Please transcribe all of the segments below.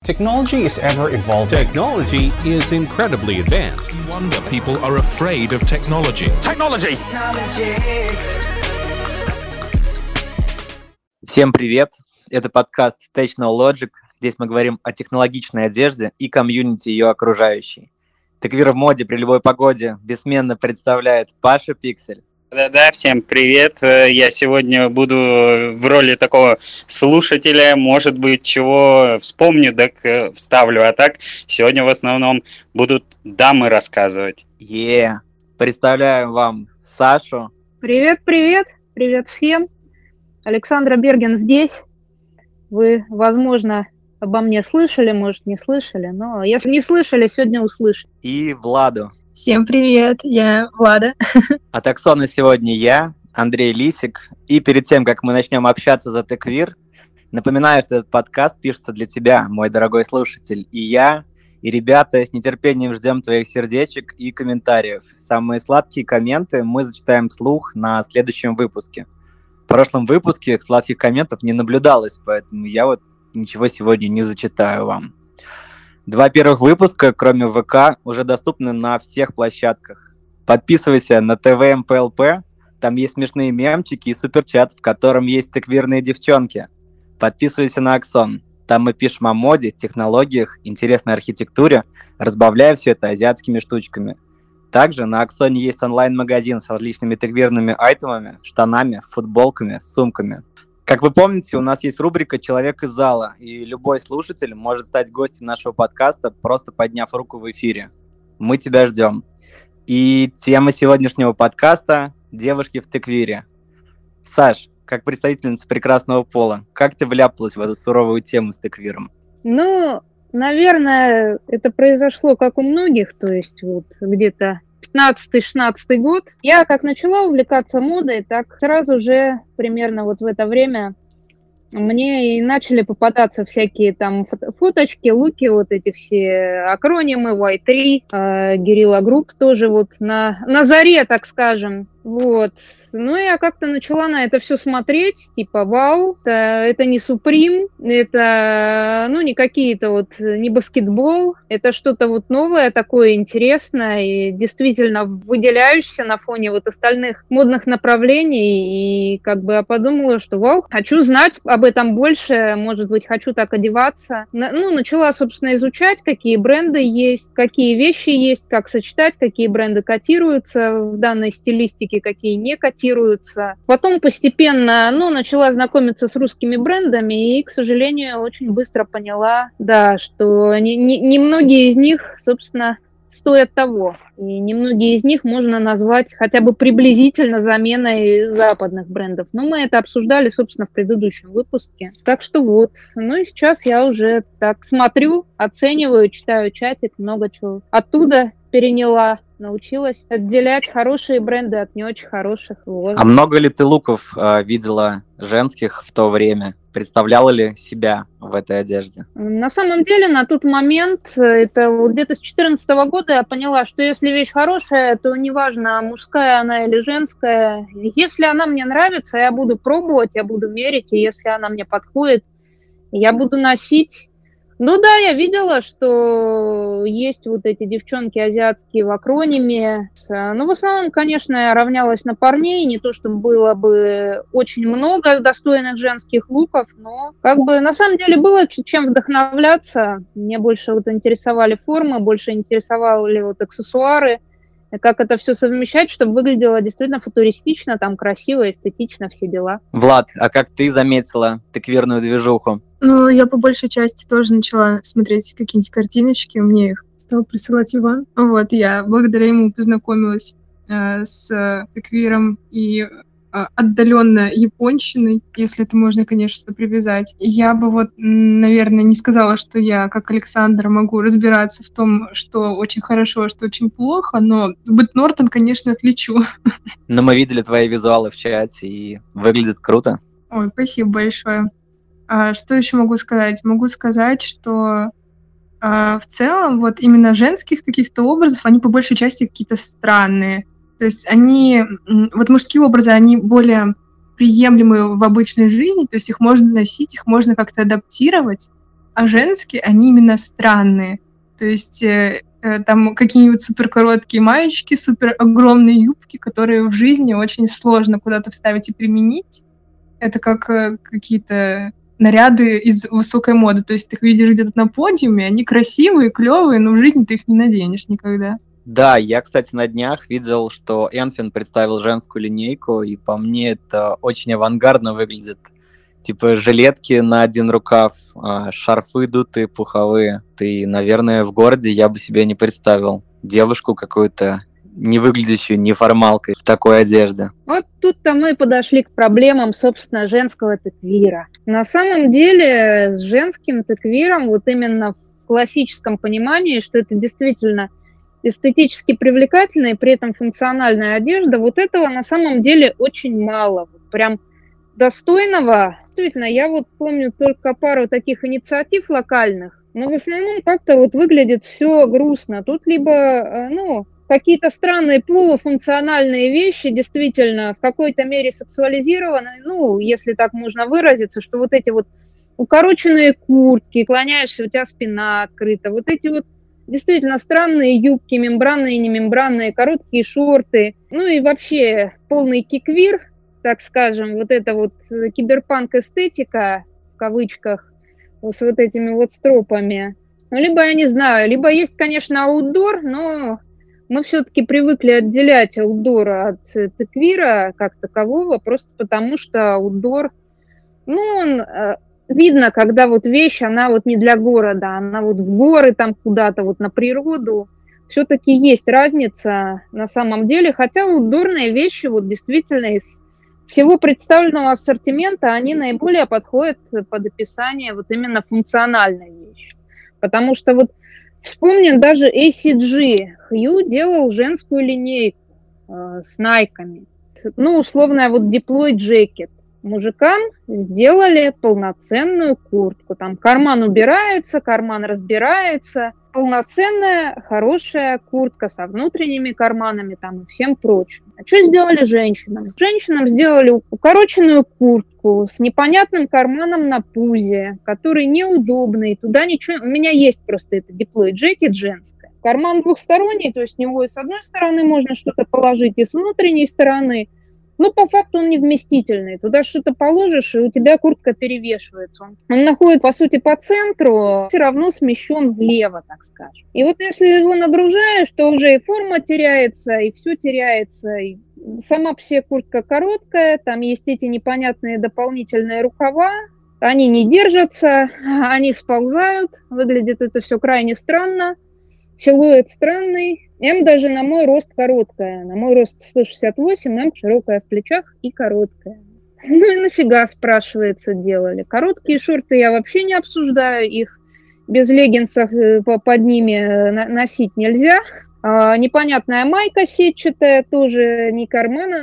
Technology is ever evolving. Technology is incredibly advanced. No wonder people are afraid of technology. Technology! Всем привет! Это подкаст Technologic. Здесь мы говорим о технологичной одежде и комьюнити ее окружающей. Теквир в моде при любой погоде бессменно представляет Паша Пиксель. Да, всем привет. Я сегодня буду в роли такого слушателя, может быть, чего вспомню, так вставлю. А так, сегодня в основном будут дамы рассказывать. Представляю вам Сашу. Привет всем. Александра Берген здесь. Вы, возможно, обо мне слышали, может, не слышали, но если не слышали, сегодня услышите. И Владу. Всем привет, я Влада. От Аксона сегодня я, Андрей Лисик. И перед тем, как мы начнем общаться за Теквир, напоминаю, что этот подкаст пишется для тебя, мой дорогой слушатель. И я, и ребята с нетерпением ждем твоих сердечек и комментариев. Самые сладкие комменты мы зачитаем вслух на следующем выпуске. В прошлом выпуске сладких комментов не наблюдалось, поэтому я ничего сегодня не зачитаю вам. 2 первых выпуска, кроме ВК, уже доступны на всех площадках. Подписывайся на ТВ МПЛП, там есть смешные мемчики и суперчат, в котором есть теквирные девчонки. Подписывайся на Аксон, там мы пишем о моде, технологиях, интересной архитектуре, разбавляя все это азиатскими штучками. Также на Аксоне есть онлайн-магазин с различными теквирными айтемами, штанами, футболками, сумками. Как вы помните, у нас есть рубрика «Человек из зала», и любой слушатель может стать гостем нашего подкаста, просто подняв руку в эфире. Мы тебя ждем. И тема сегодняшнего подкаста – девушки в теквире. Саш, как представительница прекрасного пола, как ты вляпалась в эту суровую тему с теквиром? Ну, наверное, это произошло как у многих, то есть вот где-то 15-16 год. Я как начала увлекаться модой, так сразу же примерно вот в это время мне и начали попадаться всякие там фоточки, луки, вот эти все акронимы, Y3, Guerrilla Group тоже вот на заре, так скажем. Вот. Ну, я как-то начала на это все смотреть, типа, вау, это не Supreme, это, не какие-то вот, не баскетбол, это что-то вот новое, такое интересное и действительно выделяющееся на фоне вот остальных модных направлений, и как бы я подумала, что вау, хочу знать об этом больше, может быть, хочу так одеваться. Начала, собственно, изучать, какие бренды есть, какие вещи есть, как сочетать, какие бренды котируются в данной стилистике, какие не котируются. Потом постепенно, начала знакомиться с русскими брендами и, к сожалению, очень быстро поняла, да, что немногие из них, собственно, стоят того. И немногие из них можно назвать хотя бы приблизительно заменой западных брендов. Но мы это обсуждали, собственно, в предыдущем выпуске. Так что вот. Ну и сейчас я уже так смотрю, оцениваю, читаю чатик, много чего оттуда переняла, научилась отделять хорошие бренды от не очень хороших. Вот. А много ли ты луков видела женских в то время? Представляла ли себя в этой одежде? На самом деле, на тот момент, это вот где-то с 2014 года я поняла, что если вещь хорошая, то неважно, мужская она или женская. Если она мне нравится, я буду пробовать, я буду мерить, и если она мне подходит, я буду носить. Ну да, я видела, что есть вот эти девчонки азиатские в акрониме. В основном, конечно, я равнялась на парней. Не то, чтобы было бы очень много достойных женских луков, но как бы на самом деле было чем вдохновляться. Мне больше вот интересовали формы, больше интересовали вот аксессуары. Как это все совмещать, чтобы выглядело действительно футуристично, там красиво, эстетично, все дела. Влад, а как ты заметила теквирную движуху? Я по большей части тоже начала смотреть какие-нибудь картиночки, мне их стал присылать Иван. Вот, я благодаря ему познакомилась с теквиром и отдаленно японщиной, если это можно, конечно, привязать. Я бы наверное, не сказала, что я, как Александр, могу разбираться в том, что очень хорошо, а что очень плохо, но Бет Нортон, конечно, отличу. Но мы видели твои визуалы в чате, и выглядит круто. Ой, спасибо большое. Что еще могу сказать? Могу сказать, что в целом вот именно женских каких-то образов, они по большей части какие-то странные. То есть мужские образы, они более приемлемы в обычной жизни, то есть их можно носить, их можно как-то адаптировать, а женские, они именно странные. То есть там какие-нибудь суперкороткие маечки, супер огромные юбки, которые в жизни очень сложно куда-то вставить и применить. Это как какие-то наряды из высокой моды. То есть ты их видишь где-то на подиуме, они красивые, клевые, но в жизни ты их не наденешь никогда. Да, я, кстати, на днях видел, что Энфин представил женскую линейку, и по мне это очень авангардно выглядит. Типа жилетки на один рукав, шарфы дутые, пуховые. Ты, наверное, в городе я бы себе не представил девушку какую-то, не выглядящую неформалкой в такой одежде. Вот тут-то мы подошли к проблемам, собственно, женского теквира. На самом деле с женским теквиром, вот именно в классическом понимании, что это действительно эстетически привлекательная и при этом функциональная одежда, вот этого на самом деле очень мало. Вот прям достойного. Действительно, я вот помню только пару таких инициатив локальных, но в основном как-то вот выглядит все грустно. Тут либо, какие-то странные полуфункциональные вещи, действительно, в какой-то мере сексуализированные, если так можно выразиться, что вот эти вот укороченные куртки, клоняешься, у тебя спина открыта, вот эти вот действительно странные юбки, мембранные, немембранные, короткие шорты, и вообще полный киквир, так скажем, вот эта вот киберпанк-эстетика, в кавычках, с вот этими вот стропами. Либо, я не знаю, либо есть, конечно, аутдор, но мы все-таки привыкли отделять аутдор от теквира как такового, просто потому что аутдор, он видно, когда вот вещь, она вот не для города, она вот в горы там куда-то, вот на природу. Все-таки есть разница на самом деле, хотя аутдорные вещи вот действительно из всего представленного ассортимента, они наиболее подходят под описание вот именно функциональной вещи. Потому что вот вспомним даже ACG. Hue делал женскую линейку с найками. Условная вот Deploy Jacket. Мужикам сделали полноценную куртку. Там карман убирается, карман разбирается. Полноценная, хорошая куртка со внутренними карманами там и всем прочим. А что сделали женщинам? Женщинам сделали укороченную куртку с непонятным карманом на пузе, который неудобный. Туда ничего... У меня есть просто это Deploy Jacket женская. Карман двухсторонний, то есть в него и с одной стороны можно что-то положить, и с внутренней стороны. По факту он невместительный. Туда что-то положишь, и у тебя куртка перевешивается. Он находится, по сути, по центру, все равно смещен влево, так скажем. И вот если его нагружаешь, то уже и форма теряется, и все теряется. И сама по себе куртка короткая, там есть эти непонятные дополнительные рукава, они не держатся, они сползают, выглядит это все крайне странно. Силуэт странный. М даже на мой рост короткая. На мой рост 168, М широкая в плечах и короткая. И нафига, спрашивается, делали. Короткие шорты я вообще не обсуждаю. Их без леггинсов под ними носить нельзя. Непонятная майка сетчатая, тоже не кармана.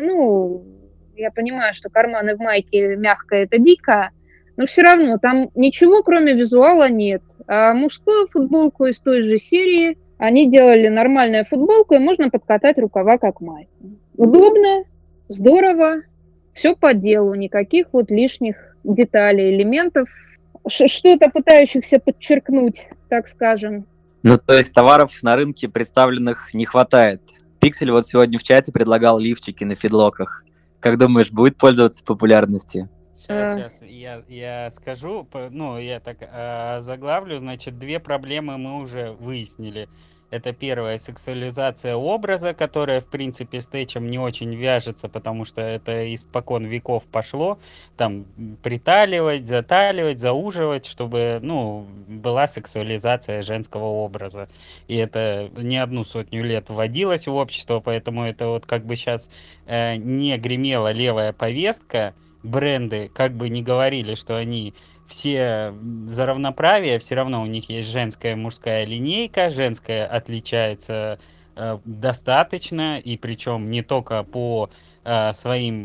Я понимаю, что карманы в майке мягкое, это дико. Но все равно там ничего, кроме визуала, нет. А мужскую футболку из той же серии они делали нормальную футболку, и можно подкатать рукава как майку. Удобно, здорово, все по делу, никаких вот лишних деталей, элементов, что-то пытающихся подчеркнуть, так скажем. То есть товаров на рынке представленных не хватает. Пиксель вот сегодня в чате предлагал лифчики на фидлоках. Как думаешь, будет пользоваться популярностью? Сейчас я скажу, я так заглавлю, значит, две проблемы мы уже выяснили. Это первая — сексуализация образа, которая, в принципе, с тэтчем не очень вяжется, потому что это испокон веков пошло. Там приталивать, заталивать, зауживать, чтобы, была сексуализация женского образа. И это не одну сотню лет вводилось в общество, поэтому это вот как бы сейчас не гремела левая повестка. Бренды как бы не говорили, что они все за равноправие, все равно у них есть женская и мужская линейка, женская отличается достаточно, и причем не только по своим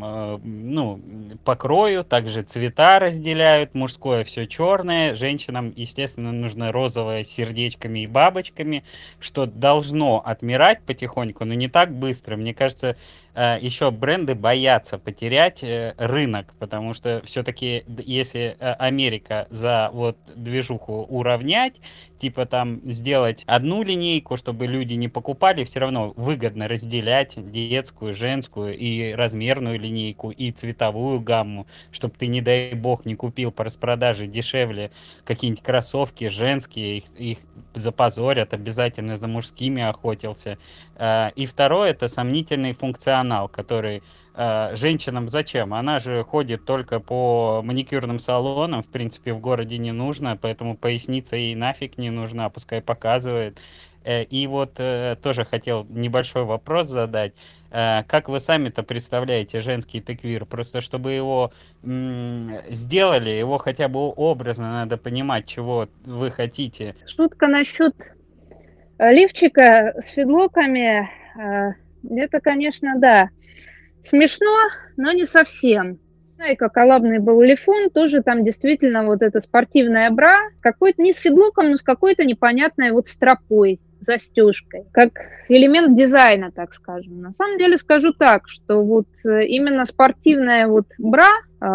покрою, также цвета разделяют, мужское все черное, женщинам, естественно, нужно розовое с сердечками и бабочками, что должно отмирать потихоньку, но не так быстро. Мне кажется, еще бренды боятся потерять рынок, потому что все-таки, если Америка за вот движуху уравнять, типа там сделать одну линейку, чтобы люди не покупали, все равно выгодно разделять детскую, женскую и размерную линейку, и цветовую гамму, чтобы ты, не дай бог, не купил по распродаже дешевле какие-нибудь кроссовки женские, их запозорят, обязательно за мужскими охотился. И второе, это сомнительный функционал, который женщинам зачем? Она же ходит только по маникюрным салонам, в принципе, в городе не нужно, поэтому поясница ей нафиг не нужна, пускай показывает. И вот тоже хотел небольшой вопрос задать. Как вы сами-то представляете женский теквир? Просто чтобы его сделали, его хотя бы образно надо понимать, чего вы хотите. Шутка насчет лифчика с фидлоками, это, конечно, да, смешно, но не совсем. И как коллабный был Лифон, тоже там действительно вот эта спортивная бра, какой-то не с фидлоком, но с какой-то непонятной вот стропой, застежкой, как элемент дизайна, так скажем. На самом деле скажу так, что вот именно спортивная вот бра,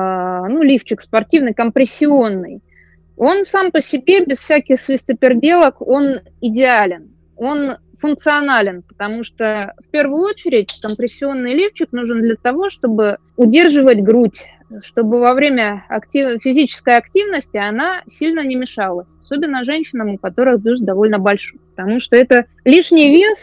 лифчик спортивный, компрессионный, он сам по себе, без всяких свистоперделок, он идеален, он функционален, потому что в первую очередь компрессионный лифчик нужен для того, чтобы удерживать грудь, чтобы во время физической активности она сильно не мешалась, особенно женщинам, у которых бюст довольно большой, потому что это лишний вес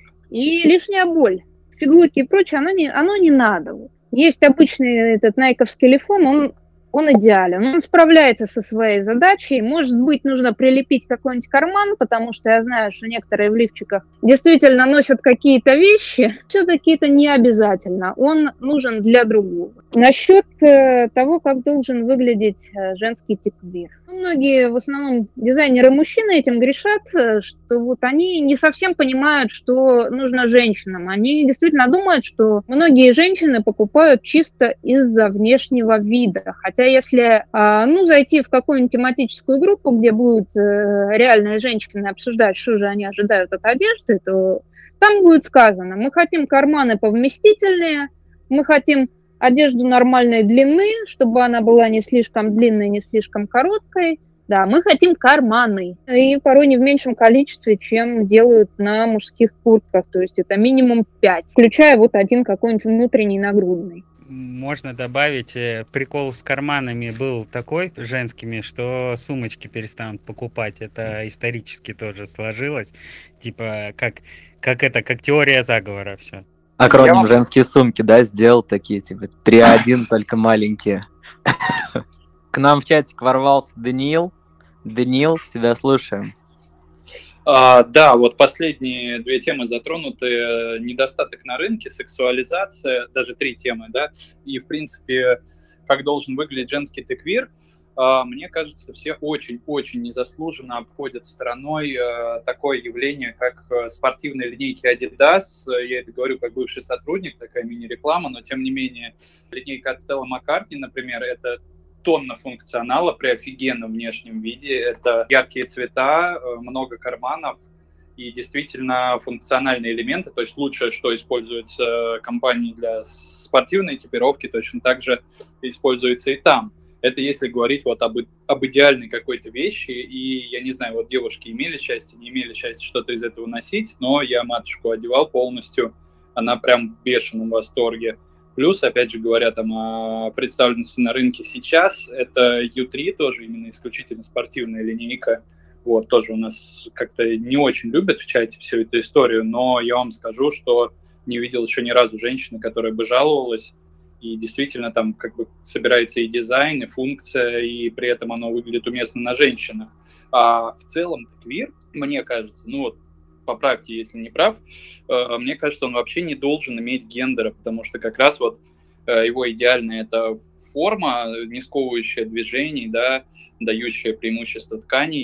и лишняя боль. Фидлоки и прочее, оно не надо. Есть обычный этот найковский лифон, он идеален, он справляется со своей задачей. Может быть, нужно прилепить какой-нибудь карман, потому что я знаю, что некоторые в лифчиках действительно носят какие-то вещи. Все-таки это не обязательно, он нужен для другого. Насчет того, как должен выглядеть женский теквир. Многие, в основном, дизайнеры-мужчины этим грешат, что вот они не совсем понимают, что нужно женщинам. Они действительно думают, что многие женщины покупают чисто из-за внешнего вида. Хотя если зайти в какую-нибудь тематическую группу, где будут реальные женщины обсуждать, что же они ожидают от одежды, то там будет сказано: мы хотим карманы повместительные, мы хотим одежду нормальной длины, чтобы она была не слишком длинной, не слишком короткой. Да, мы хотим карманы. И порой не в меньшем количестве, чем делают на мужских куртках. То есть это минимум 5, включая вот один какой-нибудь внутренний нагрудный. Можно добавить, прикол с карманами был такой, женскими, что сумочки перестанут покупать. Это исторически тоже сложилось. Типа, как теория заговора все. Акроним «женские сумки», да, сделал такие, типа 3-1, только маленькие. К нам в чатик ворвался Даниил. Даниил, тебя слушаем. Да, вот последние 2 темы затронуты. Недостаток на рынке, сексуализация, даже 3 темы, да, и, в принципе, как должен выглядеть женский теквир. Мне кажется, все очень-очень незаслуженно обходят стороной такое явление, как спортивные линейки Adidas. Я это говорю как бывший сотрудник, такая мини-реклама, но тем не менее линейка от Stella McCartney, например, это тонна функционала при офигенном внешнем виде. Это яркие цвета, много карманов и действительно функциональные элементы. То есть лучшее, что используется компанией для спортивной экипировки, точно так же используется и там. Это если говорить вот об идеальной какой-то вещи, и, я не знаю, вот девушки имели счастье, не имели счастья что-то из этого носить, но я матушку одевал полностью, она прям в бешеном восторге. Плюс, опять же, говоря там о представленности на рынке сейчас, это U3, тоже именно исключительно спортивная линейка. Вот, тоже у нас как-то не очень любят в чате всю эту историю, но я вам скажу, что не видел еще ни разу женщины, которая бы жаловалась. И действительно там как бы собирается и дизайн, и функция, и при этом оно выглядит уместно на женщинах. А в целом теквир, мне кажется, поправьте, если не прав, мне кажется, он вообще не должен иметь гендера, потому что как раз вот его идеальная это форма, не сковывающая движений, да, дающая преимущество тканей.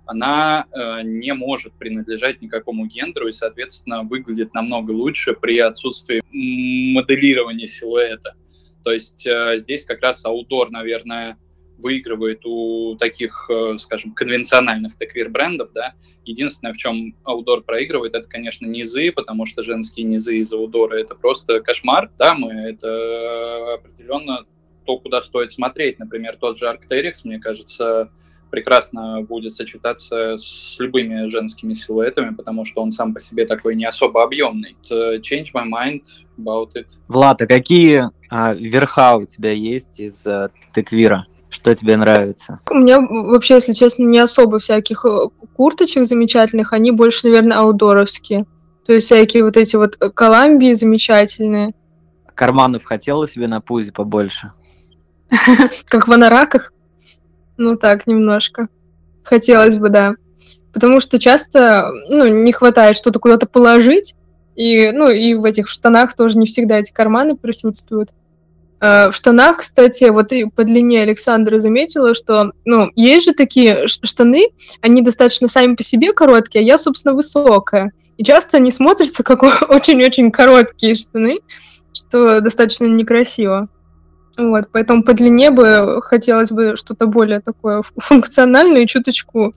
она не может принадлежать никакому гендеру и, соответственно, выглядит намного лучше при отсутствии моделирования силуэта. То есть здесь как раз аутдор, наверное, выигрывает у таких, скажем, конвенциональных теквир-брендов, да. Единственное, в чем аутдор проигрывает, это, конечно, низы, потому что женские низы из аутдора — это просто кошмар. Дамы — это определенно то, куда стоит смотреть. Например, тот же Arc'teryx, мне кажется, прекрасно будет сочетаться с любыми женскими силуэтами, потому что он сам по себе такой не особо объемный. Change my mind about it. Влад, а какие верха у тебя есть из теквира? Что тебе нравится? У меня вообще, если честно, не особо всяких курточек замечательных, они больше, наверное, аутдоровские. То есть всякие вот эти вот Колумбии замечательные. Карманов хотела себе на пузе побольше? Как в анораках? Ну так, немножко. Хотелось бы, да. Потому что часто не хватает что-то куда-то положить. И в этих штанах тоже не всегда эти карманы присутствуют. В штанах, кстати, вот и по длине Александра заметила, что, есть же такие штаны, они достаточно сами по себе короткие, а я, собственно, высокая. И часто они смотрятся как очень-очень короткие штаны, что достаточно некрасиво. Вот, поэтому по длине хотелось бы что-то более такое функциональное и чуточку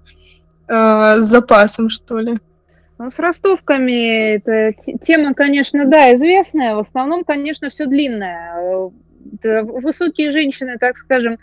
с запасом, что ли. С ростовками эта тема, конечно, да, известная. В основном, конечно, все длинное. Высокие женщины, так скажем,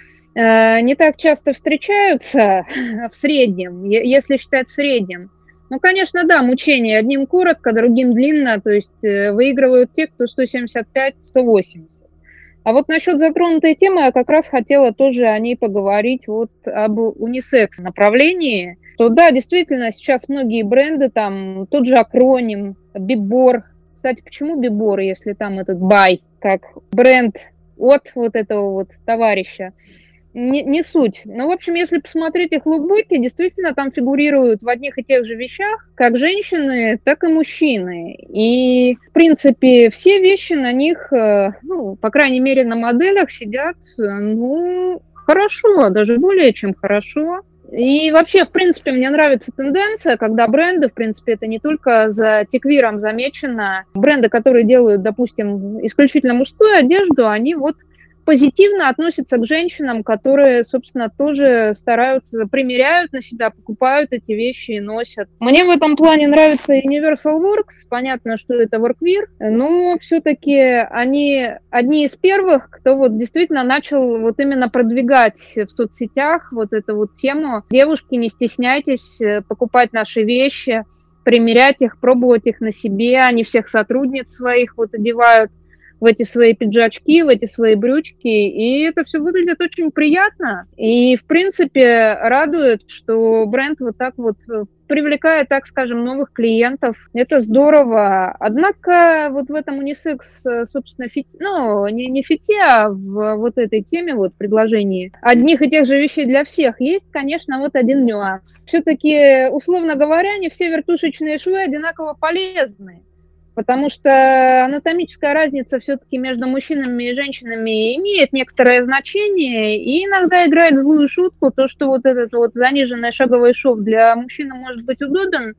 не так часто встречаются в среднем, если считать в среднем. Конечно, да, мучение. Одним коротко, другим длинно. То есть выигрывают те, кто 175-180. А вот насчет затронутой темы я как раз хотела тоже о ней поговорить, вот об унисекс направлении. То да, действительно, сейчас многие бренды, там тот же акроним, Бибор. Кстати, почему Бибор, если там этот бай, как бренд от вот этого вот товарища? Не суть. В общем, если посмотреть их лукбуки, действительно там фигурируют в одних и тех же вещах как женщины, так и мужчины. И, в принципе, все вещи на них, по крайней мере, на моделях сидят, хорошо, даже более чем хорошо. И вообще, в принципе, мне нравится тенденция, когда бренды, в принципе, это не только за теквиром замечено, бренды, которые делают, допустим, исключительно мужскую одежду, они вот позитивно относятся к женщинам, которые, собственно, тоже стараются, примеряют на себя, покупают эти вещи и носят. Мне в этом плане нравится Universal Works. Понятно, что это workwear, но все-таки они одни из первых, кто вот действительно начал вот именно продвигать в соцсетях вот эту вот тему. Девушки, не стесняйтесь покупать наши вещи, примерять их, пробовать их на себе. Они всех сотрудниц своих вот одевают в эти свои пиджачки, в эти свои брючки, и это все выглядит очень приятно. И, в принципе, радует, что бренд вот так вот привлекает, так скажем, новых клиентов. Это здорово. Однако вот в этом унисекс, собственно, не фите, а в вот этой теме, вот предложении одних и тех же вещей для всех есть, конечно, вот один нюанс. Все-таки, условно говоря, не все вертушечные швы одинаково полезны. Потому что анатомическая разница все-таки между мужчинами и женщинами имеет некоторое значение и иногда играет злую шутку, то, что вот этот вот заниженный шаговой шов для мужчины может быть удобен,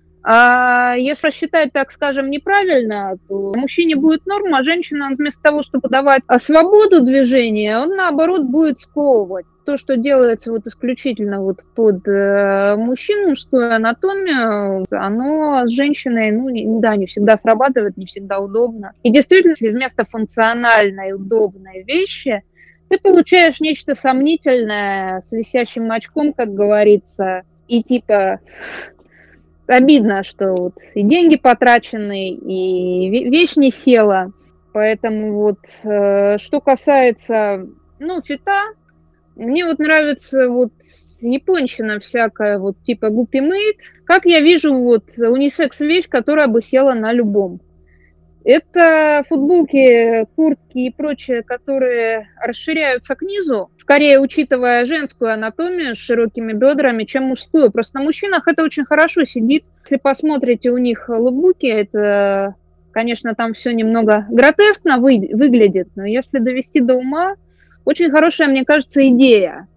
а если рассчитать, так скажем, неправильно, то мужчине будет норма, а женщина вместо того, чтобы давать свободу движения, он наоборот будет сковывать. То, что делается вот исключительно вот под мужчин, мужскую анатомию, оно с женщиной, не всегда срабатывает, не всегда удобно. И действительно, если вместо функциональной, удобной вещи ты получаешь нечто сомнительное с висящим очком, как говорится, и типа обидно, что вот и деньги потрачены, и вещь не села. Поэтому вот что касается, фита, мне вот нравится вот японщина всякая, вот типа Гуппи Мейт. Как я вижу вот унисекс-вещь, которая бы села на любом. Это футболки, куртки и прочее, которые расширяются к низу, скорее учитывая женскую анатомию с широкими бедрами, чем мужскую. Просто на мужчинах это очень хорошо сидит. Если посмотрите у них лукбуки, это, конечно, там все немного гротескно выглядит, но если довести до ума, очень хорошая, мне кажется, идея.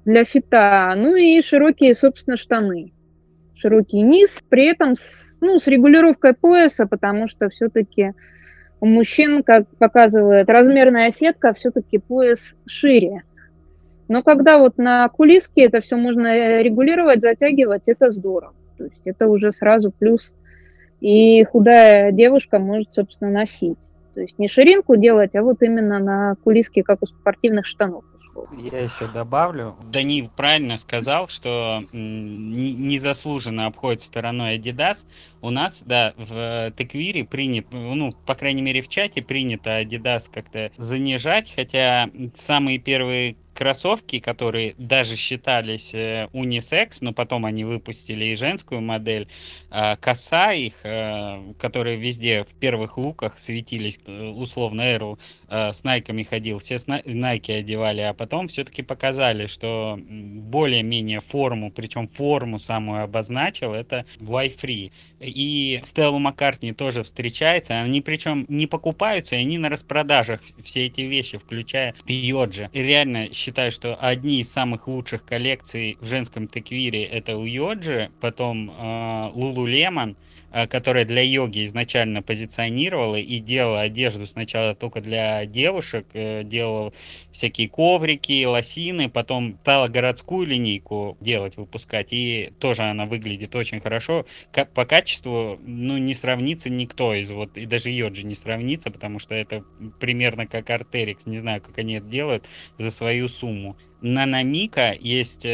для фита, ну и широкие, собственно, штаны. Широкий низ, при этом с регулировкой пояса, потому что все-таки у мужчин, как показывает размерная сетка, все-таки пояс шире. Но когда вот на кулиске это все можно регулировать, затягивать, это здорово. То есть это уже сразу плюс. И худая девушка может, собственно, носить. То есть не ширинку делать, а вот именно на кулиске, как у спортивных штанов. Я еще добавлю. Данил правильно сказал, что незаслуженно обходит стороной Adidas. У нас, да, в теквире принято, по крайней мере в чате принято Adidas как-то занижать, хотя самые первые кроссовки, которые даже считались унисекс, но потом они выпустили и женскую модель, коса их, которые везде в первых луках светились, условно, Эрл с найками ходил, все найки одевали, а потом все-таки показали, что более-менее форму, причем форму самую обозначил, это Y-Free. И Стелла Маккартни тоже встречается, они причем не покупаются, и они на распродажах все эти вещи, включая Йоджи. И реально считаю, что одни из самых лучших коллекций в женском теквире это у Йоджи, потом Lululemon, которая для йоги изначально позиционировала и делала одежду сначала только для девушек, делала всякие коврики, лосины, потом стала городскую линейку делать, выпускать, и тоже она выглядит очень хорошо. По качеству, не сравнится никто из и даже Йоджи не сравнится, потому что это примерно как Arc'teryx, не знаю, как они это делают за свою сумму. Наномика есть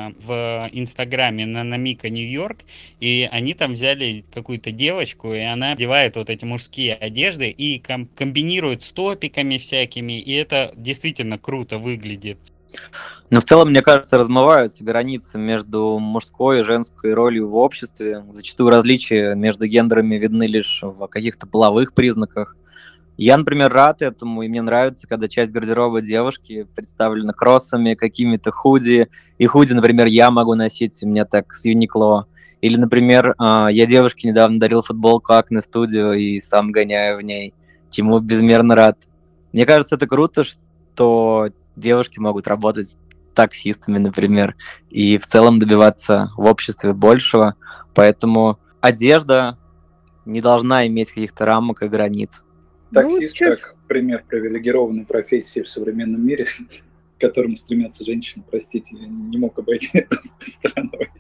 в Инстаграме, Наномика Нью-Йорк, и они там взяли какую-то девочку, и она одевает вот эти мужские одежды и комбинирует с топиками всякими, и это действительно круто выглядит. Но в целом, мне кажется, размываются границы между мужской и женской ролью в обществе. Зачастую различия между гендерами видны лишь в каких-то половых признаках. Я, например, рад этому, и мне нравится, когда часть гардероба девушки представлена кроссами, какими-то худи. И худи, например, я могу носить, у меня так с Uniqlo. Или, например, я девушке недавно дарил футболку Acne Studio и сам гоняю в ней, чему безмерно рад. Мне кажется, это круто, что девушки могут работать таксистами, например, и в целом добиваться в обществе большего. Поэтому одежда не должна иметь каких-то рамок и границ. Таксист как пример привилегированной профессии в современном мире, к которому стремятся женщины, простите, я не мог обойти эту стороной.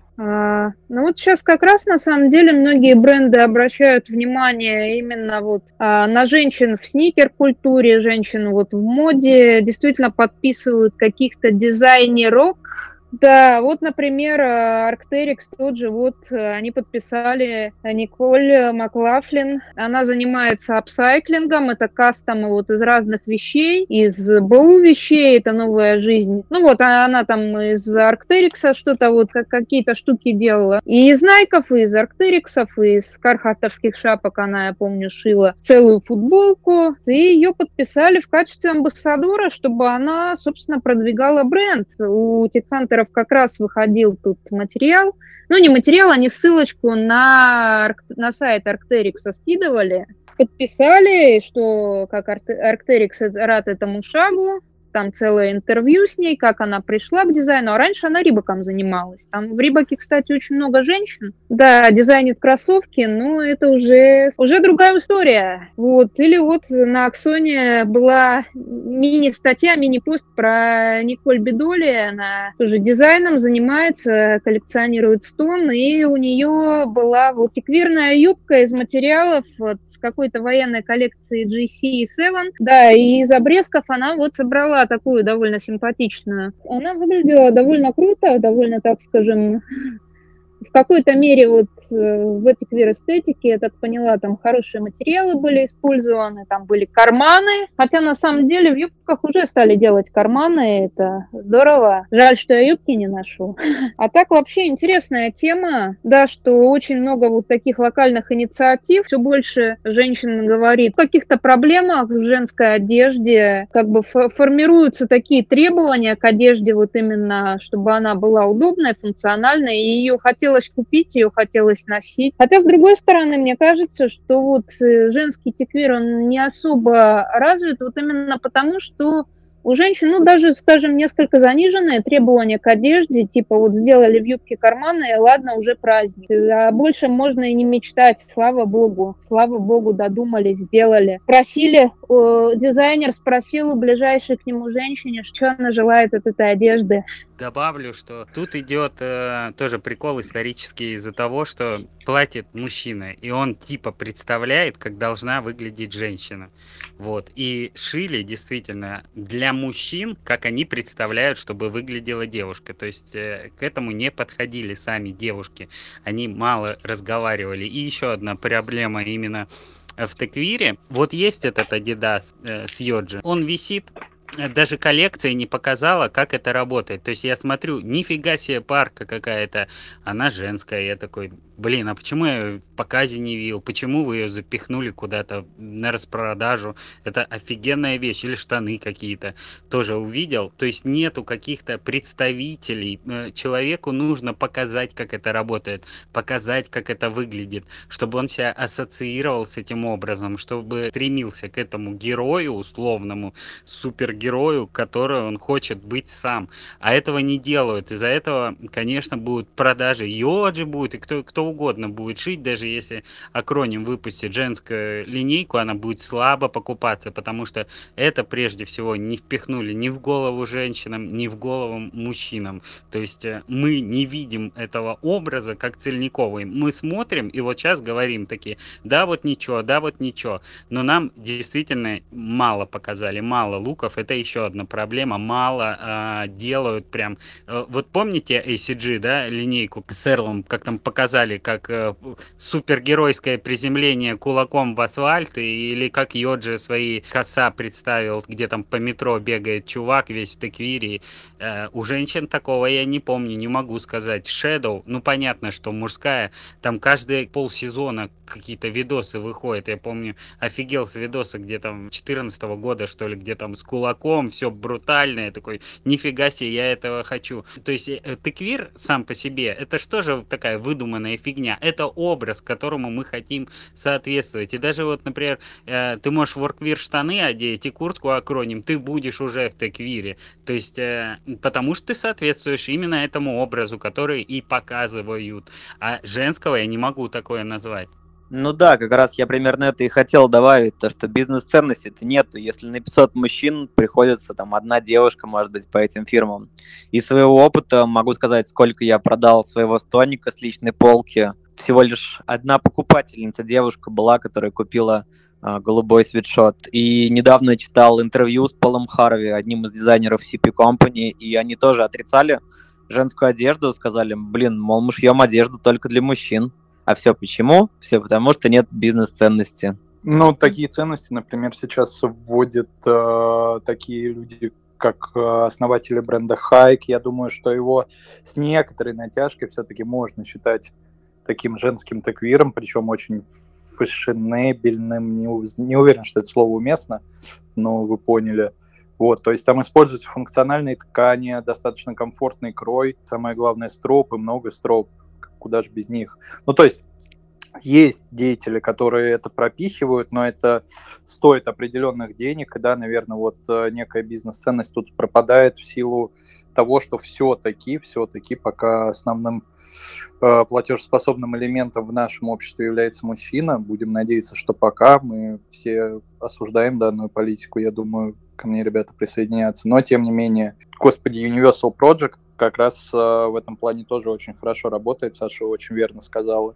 Сейчас как раз на самом деле многие бренды обращают внимание именно на женщин в сникер-культуре, женщин в моде, действительно подписывают каких-то дизайнерок. Да, например, Arc'teryx тот же, они подписали Николь Маклафлин. Она занимается апсайклингом, это кастомы из разных вещей, из БУ вещей, это новая жизнь. Она там из Arc'teryx что-то, какие-то штуки делала. И из Найков, и из Arc'teryx, и из кархатовских шапок она, я помню, шила целую футболку. И ее подписали в качестве амбассадора, чтобы она, собственно, продвигала бренд. У Тикхантеров как раз выходил тут материал. Не материал, они ссылочку на сайт Arc'teryx скидывали. Подписали, что как Arc'teryx рад этому шагу. Там целое интервью с ней, как она пришла к дизайну. А раньше она Рибоком занималась. Там в Рибоке, кстати, очень много женщин. Да, дизайнит кроссовки, но это уже другая история. Или на Аксоне была мини-статья, мини-пост про Николь Бедоли. Она тоже дизайном занимается, коллекционирует стон. И у нее была теквирная юбка из материалов с какой-то военной коллекции GC7. Да, и из обрезков она собрала такую довольно симпатичную. Она выглядела довольно круто, довольно, так скажем, в какой-то мере в этой квир-эстетике, я так поняла, там хорошие материалы были использованы, там были карманы, хотя на самом деле в юбках уже стали делать карманы, это здорово. Жаль, что я юбки не ношу. А так вообще интересная тема, да, что очень много таких локальных инициатив, все больше женщин говорит о каких-то проблемах в женской одежде, формируются такие требования к одежде, именно, чтобы она была удобной, функциональной, и ее хотелось купить, ее хотелось носить. Хотя, с другой стороны, мне кажется, что женский теквир, он не особо развит, именно потому, что У женщин, ну, даже, скажем, несколько заниженные требования к одежде, типа вот сделали в юбке карманы, и ладно, уже праздник. А больше можно и не мечтать, слава богу, додумались, сделали. Просили, дизайнер спросил у ближайшей к нему женщине, что она желает от этой одежды. Добавлю, что тут идет тоже прикол исторический из-за того, что платит мужчина, и он типа представляет, как должна выглядеть женщина. Вот. И шили действительно для мужчин, как они представляют, чтобы выглядела девушка. То есть к этому не подходили сами девушки. Они мало разговаривали. И еще одна проблема именно в теквире. Вот есть этот Adidas с Йоджи. Он висит. Даже коллекция не показала, как это работает. То есть я смотрю, нифига себе парка какая-то, она женская. Я такой, блин, а почему я в показе не видел? Почему вы ее запихнули куда-то на распродажу? Это офигенная вещь. Или штаны какие-то тоже увидел. То есть нету каких-то представителей. Человеку нужно показать, как это работает, показать, как это выглядит, чтобы он себя ассоциировал с этим образом, чтобы стремился к этому герою условному, супергерою, который он хочет быть сам. А этого не делают. Из-за этого, конечно, будут продажи. Йоджи будет, и кто угодно будет шить, даже если Акроним выпустит женскую линейку, она будет слабо покупаться, потому что это прежде всего не впихнули ни в голову женщинам, ни в голову мужчинам. То есть мы не видим этого образа как цельниковый. Мы смотрим и вот сейчас говорим такие, да вот ничего, но нам действительно мало показали, мало луков. Это еще одна проблема, мало делают прям. Вот помните ACG, да, линейку с Эрлом, как там показали, как супергеройское приземление кулаком в асфальт, или как Йоджи свои коса представил, где там по метро бегает чувак весь в теквире. У женщин такого я не помню, не могу сказать. Shadow, ну понятно, что мужская, там каждые полсезона какие-то видосы выходят. Я помню, офигел с видоса, где там 2014 года, что ли, где там с кулаком, все брутальное, такой, нифига себе, я этого хочу. То есть теквир сам по себе, это что же такая выдуманная фигня? Это образ, которому мы хотим соответствовать. И даже вот, например, ты можешь ворквир штаны одеть и куртку Акроним, ты будешь уже в теквире. То есть, потому что ты соответствуешь именно этому образу, который и показывают. А женского я не могу такое назвать. Ну да, как раз я примерно это и хотел добавить, то, что бизнес-ценности-то нету. Если на 500 мужчин приходится там одна девушка, может быть, по этим фирмам. Из своего опыта могу сказать, сколько я продал своего стольника с личной полки. Всего лишь одна покупательница, девушка была, которая купила голубой свитшот. И недавно читал интервью с Полом Харви, одним из дизайнеров CP Company, и они тоже отрицали женскую одежду, сказали, блин, мол, мы шьем одежду только для мужчин. А все почему? Все потому, что нет бизнес-ценности. Ну, такие ценности, например, сейчас вводят такие люди, как основатели бренда Hike. Я думаю, что его с некоторой натяжкой все-таки можно считать таким женским теквиром, причем очень фэшенебельным. Не уверен, что это слово уместно, но вы поняли. Вот, то есть там используются функциональные ткани, достаточно комфортный крой, самое главное стропы, много строп. Куда же без них. Ну, то есть деятели, которые это пропихивают, но это стоит определенных денег, и да, наверное, вот некая бизнес-ценность тут пропадает в силу того, что все-таки пока основным платежеспособным элементом в нашем обществе является мужчина. Будем надеяться, что пока мы все осуждаем данную политику, я думаю, ко мне ребята присоединятся. Но, тем не менее, господи, Universal Project как раз в этом плане тоже очень хорошо работает, Саша очень верно сказала.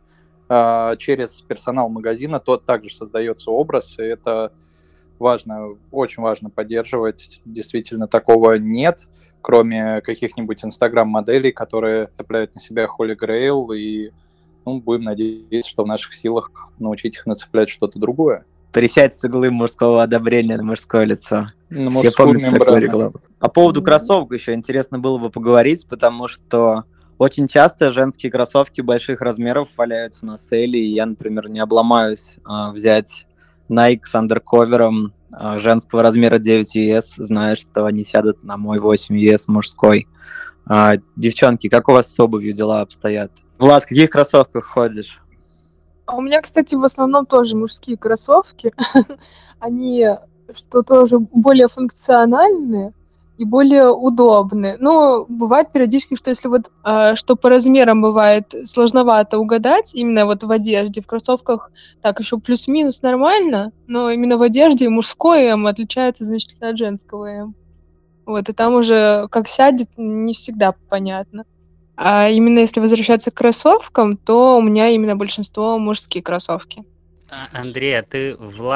Через персонал магазина также создается образ, и это важно, очень важно поддерживать. Действительно, такого нет, кроме каких-нибудь инстаграм-моделей, которые цепляют на себя Holy Grail, и будем надеяться, что в наших силах научить их нацеплять что-то другое. Присядь с иглы мужского одобрения на мужское лицо. Все помнят такую рекламу. По поводу кроссовок еще интересно было бы поговорить, потому что очень часто женские кроссовки больших размеров валяются на сейле, и я, например, не обломаюсь взять Nike с андерковером женского размера 9 US, зная, что они сядут на мой 8 US мужской. Девчонки, как у вас с обувью дела обстоят? Влад, в каких кроссовках ходишь? У меня, кстати, в основном тоже мужские кроссовки. Они что тоже более функциональные. и более удобны. Но бывает периодически, что если вот что по размерам бывает сложновато угадать, именно вот в одежде, в кроссовках так еще плюс-минус нормально, но именно в одежде мужской М отличается значительно от женского М. Вот, и там уже как сядет, не всегда понятно. А именно если возвращаться к кроссовкам, то у меня именно большинство мужские кроссовки. Андрей, а ты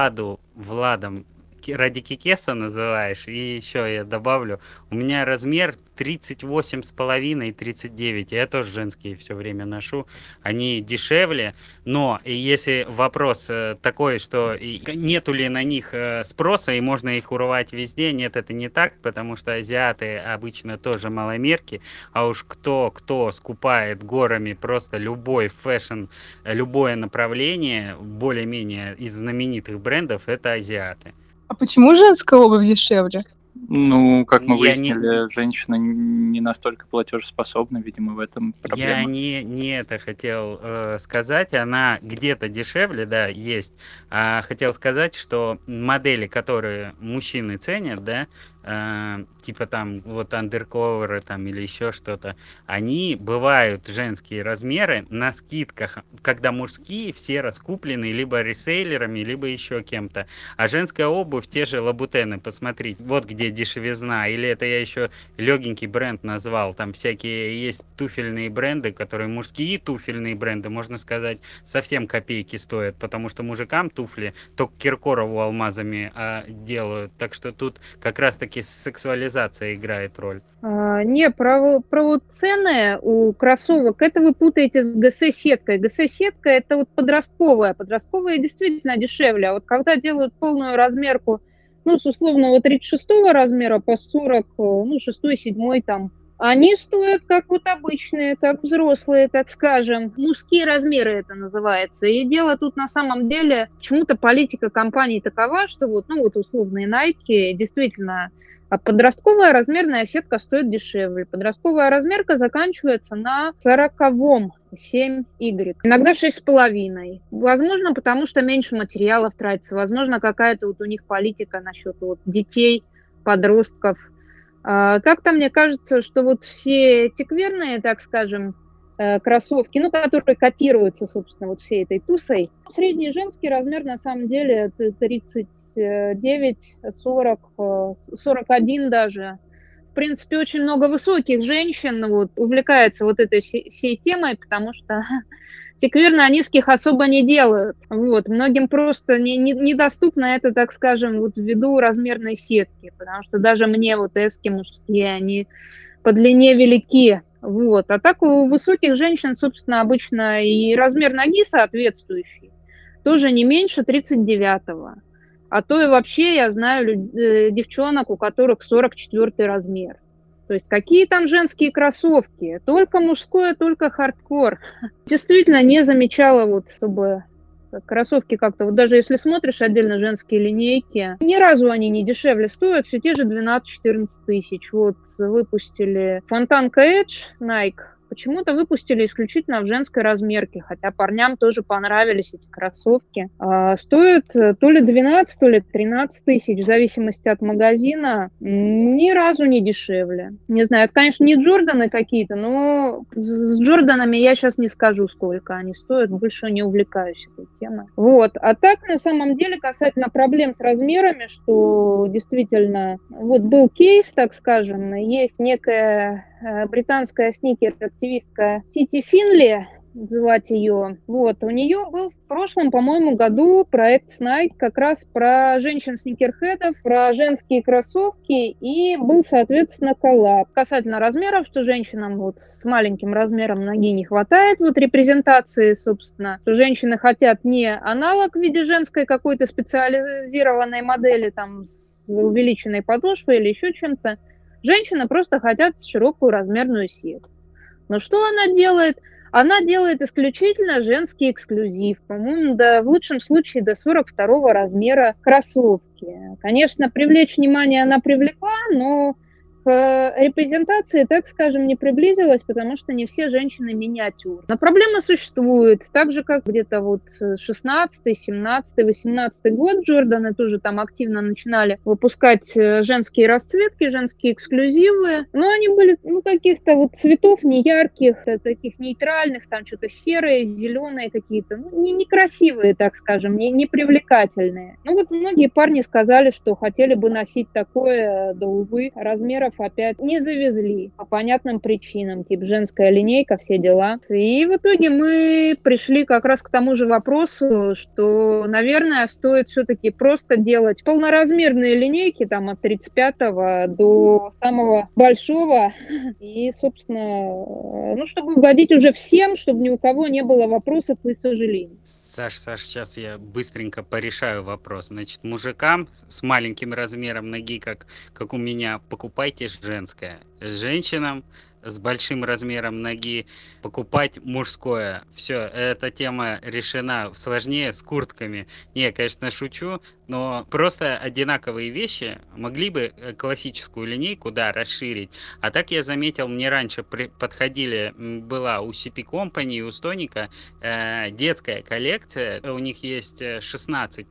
Владом ради Кикеса называешь? И еще я добавлю, у меня размер 38,5 и 39. Я тоже женские все время ношу. Они дешевле, но если вопрос такой, что нету ли на них спроса и можно их урвать везде, нет, это не так, потому что азиаты обычно тоже маломерки, а уж кто скупает горами просто любой фэшн, любое направление, более-менее из знаменитых брендов, это азиаты. А почему женская обувь дешевле? Ну, как мы выяснили, женщина не настолько платежеспособна, видимо, в этом проблема. Я не это хотел сказать, она где-то дешевле, да, есть. А хотел сказать, что модели, которые мужчины ценят, да, типа там вот андерковеры там или еще что-то, они бывают женские размеры на скидках, когда мужские все раскуплены либо ресейлерами, либо еще кем-то. А женская обувь, те же лабутены, посмотрите, вот где дешевизна, или это я еще легенький бренд назвал, там всякие есть туфельные бренды, которые мужские туфельные бренды, можно сказать, совсем копейки стоят, потому что мужикам туфли только Киркорову алмазами делают, так что тут как раз-таки сексуализация играет роль. Не, про вот цены у кроссовок, это вы путаете с ГС-сеткой. ГС-сетка это вот подростковая. Подростковая действительно дешевле. А вот когда делают полную размерку, ну, с условного 36 размера по 40, ну, 6-7 там, они стоят как вот обычные, как взрослые, так скажем. Мужские размеры это называется. И дело тут на самом деле, почему-то политика компании такова, что вот, ну, вот условные Nike действительно... А подростковая размерная сетка стоит дешевле. Подростковая размерка заканчивается на 40-м 7Y, иногда 6,5. Возможно, потому что меньше материалов тратится. Возможно, какая-то вот у них политика насчет вот детей, подростков. Как-то мне кажется, что вот все тикверные, так скажем, кроссовки, ну, которые котируются, собственно, вот всей этой тусой. Средний женский размер, на самом деле, это 39, 40, 41 даже. В принципе, очень много высоких женщин вот, увлекается вот этой всей темой, потому что тиквир на низких особо не делают. Вот. Многим просто недоступно это, так скажем, вот ввиду размерной сетки, потому что даже мне вот эски мужские, они по длине велики. Вот. А так у высоких женщин, собственно, обычно и размер ноги соответствующий тоже не меньше 39-го. А то и вообще я знаю девчонок, у которых 44-й размер. То есть какие там женские кроссовки? Только мужское, только хардкор. Действительно не замечала, вот, чтобы кроссовки как-то, вот даже если смотришь отдельно женские линейки, ни разу они не дешевле стоят, все те же 12-14 тысяч. Вот выпустили Фонтанка Edge, Nike, почему-то выпустили исключительно в женской размерке, хотя парням тоже понравились эти кроссовки. Стоят то ли 12, то ли 13 тысяч, в зависимости от магазина, ни разу не дешевле. Не знаю, это, конечно, не Джорданы какие-то, но с Джорданами я сейчас не скажу, сколько они стоят, больше не увлекаюсь этой темой. Вот. А так, на самом деле, касательно проблем с размерами, что действительно, вот был кейс, так скажем, есть некая британская сникер-активистка Тити Финли, звать ее. Вот, у нее был в прошлом, по-моему, году проект с Nike как раз про женщин-сникерхедов, про женские кроссовки, и был, соответственно, коллаб. Касательно размеров, что женщинам вот с маленьким размером ноги не хватает вот репрезентации, собственно, что женщины хотят не аналог в виде женской какой-то специализированной модели, там, с увеличенной подошвой или еще чем-то. Женщины просто хотят широкую размерную сетку. Но что она делает? Она делает исключительно женский эксклюзив. По-моему, в лучшем случае до 42 размера кроссовки. Конечно, привлечь внимание она привлекла, но репрезентации, так скажем, не приблизилась, потому что не все женщины миниатюры. Но проблема существует, так же, как где-то вот 16-й, 17-й, 18-й год Джорданы тоже там активно начинали выпускать женские расцветки, женские эксклюзивы, но они были, каких-то вот цветов неярких, таких нейтральных, там что-то серые, зеленые какие-то, некрасивые, так скажем, не привлекательные. Вот многие парни сказали, что хотели бы носить такое, да, увы, размеров опять не завезли по понятным причинам, типа женская линейка, все дела. И в итоге мы пришли как раз к тому же вопросу, что, наверное, стоит все-таки просто делать полноразмерные линейки там от 35-го до самого большого и, собственно, чтобы угодить уже всем, чтобы ни у кого не было вопросов и сожалений. Саш, сейчас я быстренько порешаю вопрос. Значит, мужикам с маленьким размером ноги, как у меня, покупайте женское. Женщинам с большим размером ноги покупать мужское. Все, эта тема решена. Сложнее с куртками. Не, конечно, шучу, но просто одинаковые вещи могли бы классическую линейку, да, расширить. А так я заметил, мне раньше подходили, была у CP Company, у Стоника детская коллекция. У них есть 16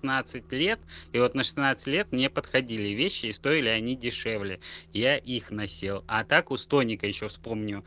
лет. И вот на 16 лет мне подходили вещи, и стоили они дешевле. Я их носил. А так у Стоника, еще вспомню,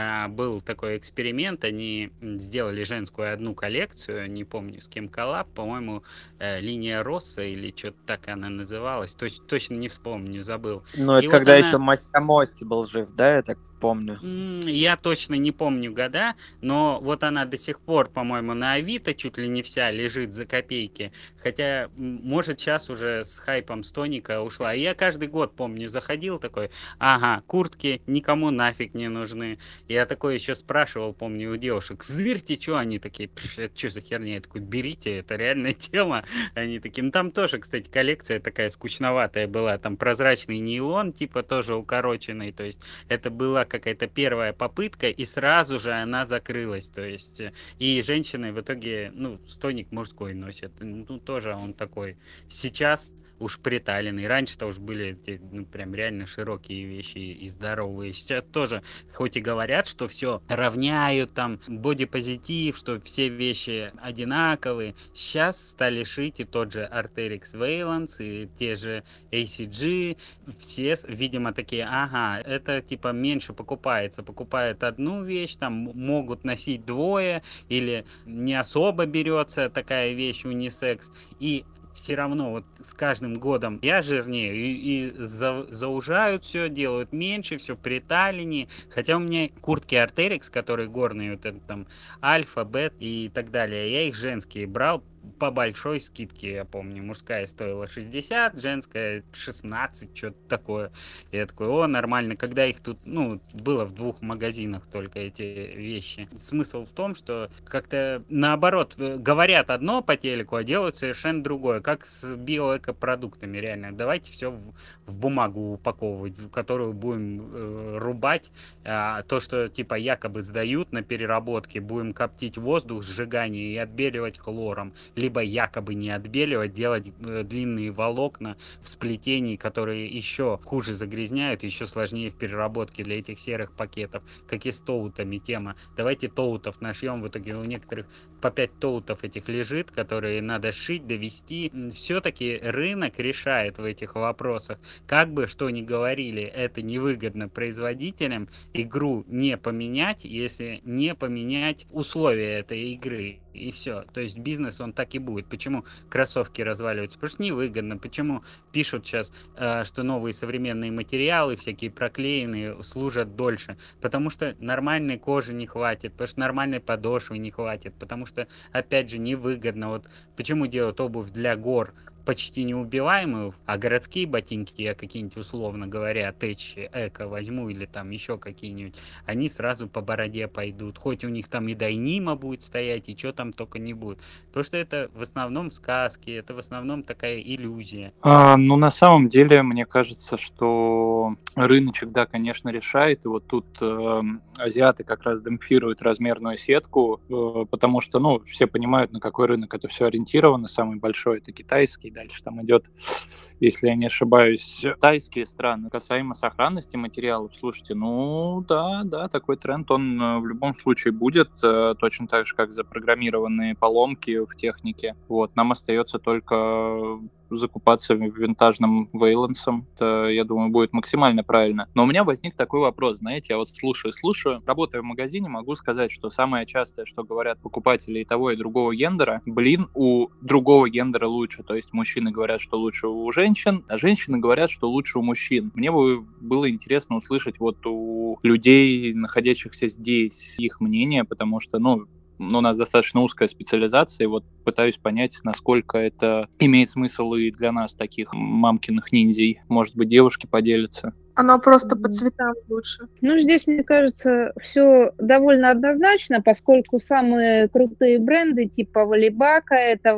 был такой эксперимент. Они сделали женскую одну коллекцию, не помню, с кем коллаб, по-моему, линия Росса или что-то так она называлась. Точно не вспомню, забыл. Ну, это И когда вот еще Мости был жив, да, я так помню. Я точно не помню года, но вот она до сих пор, по-моему, на Авито чуть ли не вся лежит за копейки. Хотя, может, сейчас уже с хайпом Стоника ушла. И я каждый год, помню, заходил такой, ага, куртки никому нафиг не нужны. Я такой еще спрашивал, помню, у девушек, зырьте, что они такие, это что за херня? Я такой, берите, это реальная тема. Они такие, там тоже, кстати, коллекция такая скучноватая была, там прозрачный нейлон, типа тоже укороченный, то есть это была какая-то первая попытка, и сразу же она закрылась, то есть, и женщины в итоге, Стоник мужской носят, тоже он такой, сейчас уж приталенный, раньше-то уж были эти, прям реально широкие вещи и здоровые, сейчас тоже, хоть и говорят, что все равняют, там, бодипозитив, что все вещи одинаковые, сейчас стали шить и тот же Arc'teryx Valance, и те же ACG, все, видимо, такие, ага, это типа меньше покупают одну вещь, там могут носить двое, или не особо берется такая вещь унисекс, и все равно вот с каждым годом я жирнее и заужают все, делают меньше, все приталеннее. Хотя у меня куртки Arc'teryx, которые горные, вот это там альфа, бет и так далее, я их женские брал по большой скидке, я помню. Мужская стоила 60, женская 16, что-то такое. Я такой, нормально. Когда их тут, было в 2 магазинах только эти вещи. Смысл в том, что как-то наоборот, говорят одно по телеку, а делают совершенно другое. Как с биоэкопродуктами, реально. Давайте все в бумагу упаковывать, которую будем рубать. То, что типа якобы сдают на переработке, будем коптить воздух, сжигание и отбеливать хлором. Либо якобы не отбеливать, делать длинные волокна в сплетении, которые еще хуже загрязняют, еще сложнее в переработке для этих серых пакетов, как и с тоутами тема. Давайте тоутов нашьем, в итоге у некоторых по 5 тоутов этих лежит, которые надо шить, довести. Все-таки рынок решает в этих вопросах. Как бы что ни говорили, это невыгодно производителям игру не поменять, если не поменять условия этой игры. И все. То есть бизнес, он так и будет. Почему кроссовки разваливаются? Потому что невыгодно. Почему пишут сейчас, что новые современные материалы, всякие проклеенные, служат дольше? Потому что нормальной кожи не хватит, потому что нормальной подошвы не хватит, потому что, опять же, невыгодно. Вот почему делают обувь для гор почти неубиваемую, а городские ботинки, я какие-нибудь, условно говоря, Тэч Эко возьму или там еще какие-нибудь, они сразу по бороде пойдут. Хоть у них там и Дайнима будет стоять, и что там только не будет. Потому что это в основном сказки, это в основном такая иллюзия. На самом деле, мне кажется, что рыночек, да, конечно, решает. И вот тут азиаты как раз демпфируют размерную сетку, потому что, все понимают, на какой рынок это все ориентировано. Самый большой — это китайский, да, дальше там идет, если я не ошибаюсь, тайские страны. Касаемо сохранности материалов, слушайте, ну да, такой тренд, он в любом случае будет, точно так же, как запрограммированные поломки в технике. Вот, нам остается только закупаться винтажным Вейлансом. Это, я думаю, будет максимально правильно. Но у меня возник такой вопрос, знаете, я вот слушаю, работая в магазине, могу сказать, что самое частое, что говорят покупатели и того, и другого гендера, у другого гендера лучше. То есть мужчины говорят, что лучше у женщин, а женщины говорят, что лучше у мужчин. Мне бы было интересно услышать вот у людей, находящихся здесь, их мнение, потому что, у нас достаточно узкая специализация, и вот пытаюсь понять, насколько это имеет смысл и для нас, таких мамкиных ниндзей. Может быть, девушки поделятся? Оно просто по цветам лучше. Здесь, мне кажется, все довольно однозначно, поскольку самые крутые бренды типа Валибака,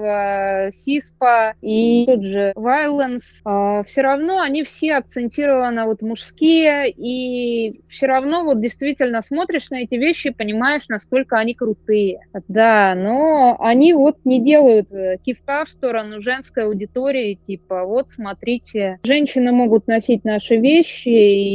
этого Сиспа и тот же Violence, все равно они все акцентированы вот мужские, и все равно вот действительно смотришь на эти вещи и понимаешь, насколько они крутые. Да, но они вот не делают кивка в сторону женской аудитории, типа вот смотрите, женщины могут носить наши вещи,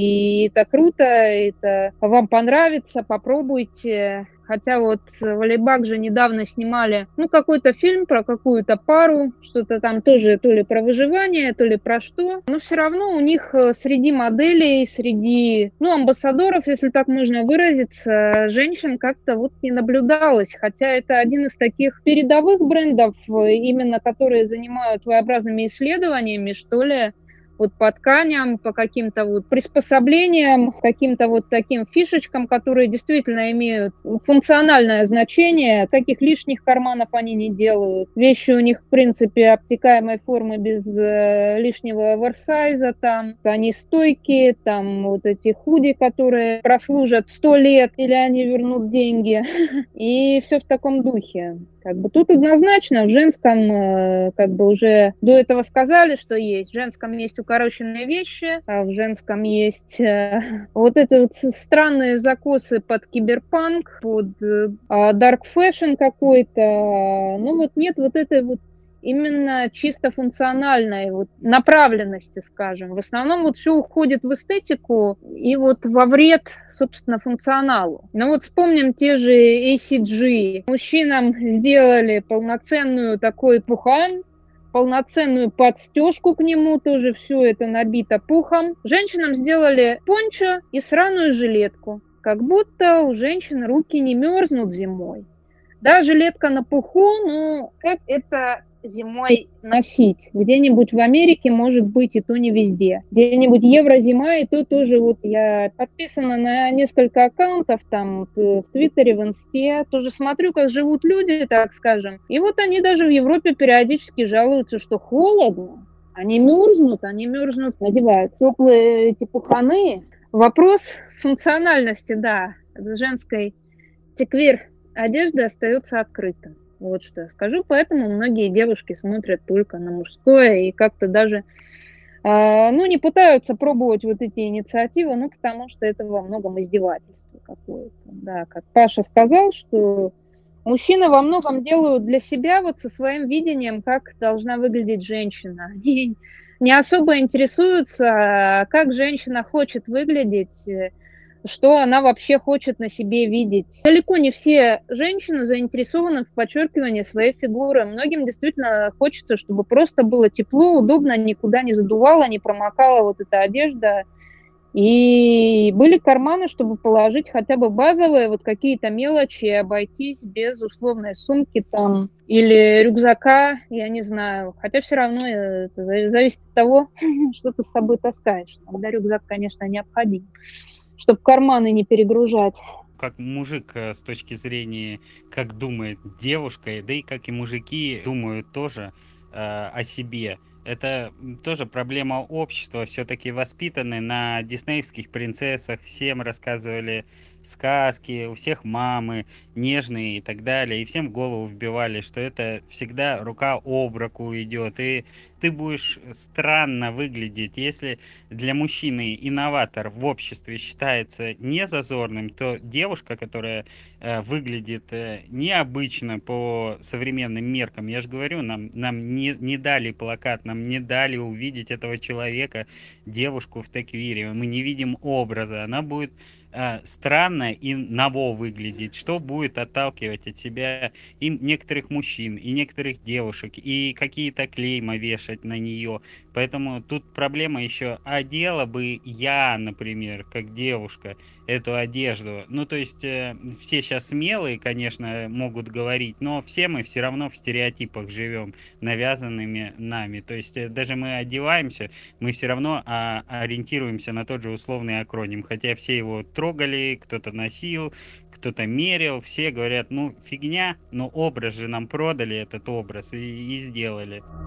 и это круто, это вам понравится, попробуйте. Хотя вот Валибак же недавно снимали, какой-то фильм про какую-то пару, что-то там тоже то ли про выживание, то ли про что. Но все равно у них среди моделей, среди, амбассадоров, если так можно выразиться, женщин как-то вот не наблюдалось. Хотя это один из таких передовых брендов, именно которые занимают своеобразными исследованиями, что ли, вот по тканям, по каким-то вот приспособлениям, каким-то вот таким фишечкам, которые действительно имеют функциональное значение. Таких лишних карманов они не делают. Вещи у них, в принципе, обтекаемой формы без лишнего оверсайза. Там они стойкие, там вот эти худи, которые прослужат 100 лет, или они вернут деньги. И все в таком духе. Тут однозначно в женском, уже до этого сказали, что есть. В женском есть укороченные вещи, а в женском есть вот эти вот странные закосы под киберпанк, под дарк фэшн какой-то. Нет вот этой вот именно чисто функциональной вот направленности, скажем. В основном вот все уходит в эстетику и вот во вред, собственно, функционалу. Вспомним те же ACG. Мужчинам сделали полноценную такой пухан, полноценную подстежку к нему, тоже все это набито пухом. Женщинам сделали пончо и сраную жилетку. Как будто у женщин руки не мерзнут зимой. Да, жилетка на пуху, но как это зимой носить? Где-нибудь в Америке, может быть, и то не везде. Где-нибудь еврозима, и то тоже вот я подписана на несколько аккаунтов там в Твиттере, в Инсте, тоже смотрю, как живут люди, так скажем. И вот они даже в Европе периодически жалуются, что холодно. Они мерзнут, надевают теплые эти пуханы. Вопрос функциональности, да, женской теквир одежды остается открытым. Вот что я скажу. Поэтому многие девушки смотрят только на мужское и как-то даже не пытаются пробовать вот эти инициативы, потому что это во многом издевательство какое-то. Да, как Паша сказал, что мужчины во многом делают для себя вот со своим видением, как должна выглядеть женщина. Они не особо интересуются, как женщина хочет выглядеть, что она вообще хочет на себе видеть. Далеко не все женщины заинтересованы в подчеркивании своей фигуры. Многим действительно хочется, чтобы просто было тепло, удобно, никуда не задувало, не промокала вот эта одежда. И были карманы, чтобы положить хотя бы базовые вот какие-то мелочи и обойтись без условной сумки там или рюкзака, я не знаю. Хотя все равно это зависит от того, что ты с собой таскаешь. Тогда рюкзак, конечно, необходим, чтобы карманы не перегружать. Как мужик с точки зрения, как думает девушка, да и как и мужики думают тоже о себе. Это тоже проблема общества. Все-таки воспитаны на диснеевских принцессах, всем рассказывали сказки, у всех мамы нежные и так далее, и всем в голову вбивали, что это всегда рука об руку идет, и ты будешь странно выглядеть. Если для мужчины инноватор в обществе считается не зазорным, то девушка, которая выглядит необычно по современным меркам, я же говорю, нам не дали плакат, нам не дали увидеть этого человека, девушку в теквире, мы не видим образа, она будет странно и ново выглядеть, что будет отталкивать от себя и некоторых мужчин, и некоторых девушек, и какие-то клейма вешать на нее. Поэтому тут проблема еще, одела бы я, например, как девушка, эту одежду. Ну, то есть все сейчас смелые, конечно, могут говорить, но все мы все равно в стереотипах живем, навязанными нами. То есть даже мы одеваемся, мы все равно ориентируемся на тот же условный акроним, хотя все его трогали, кто-то носил, кто-то мерил, все говорят, ну, фигня, но образ же нам продали, этот образ, и сделали.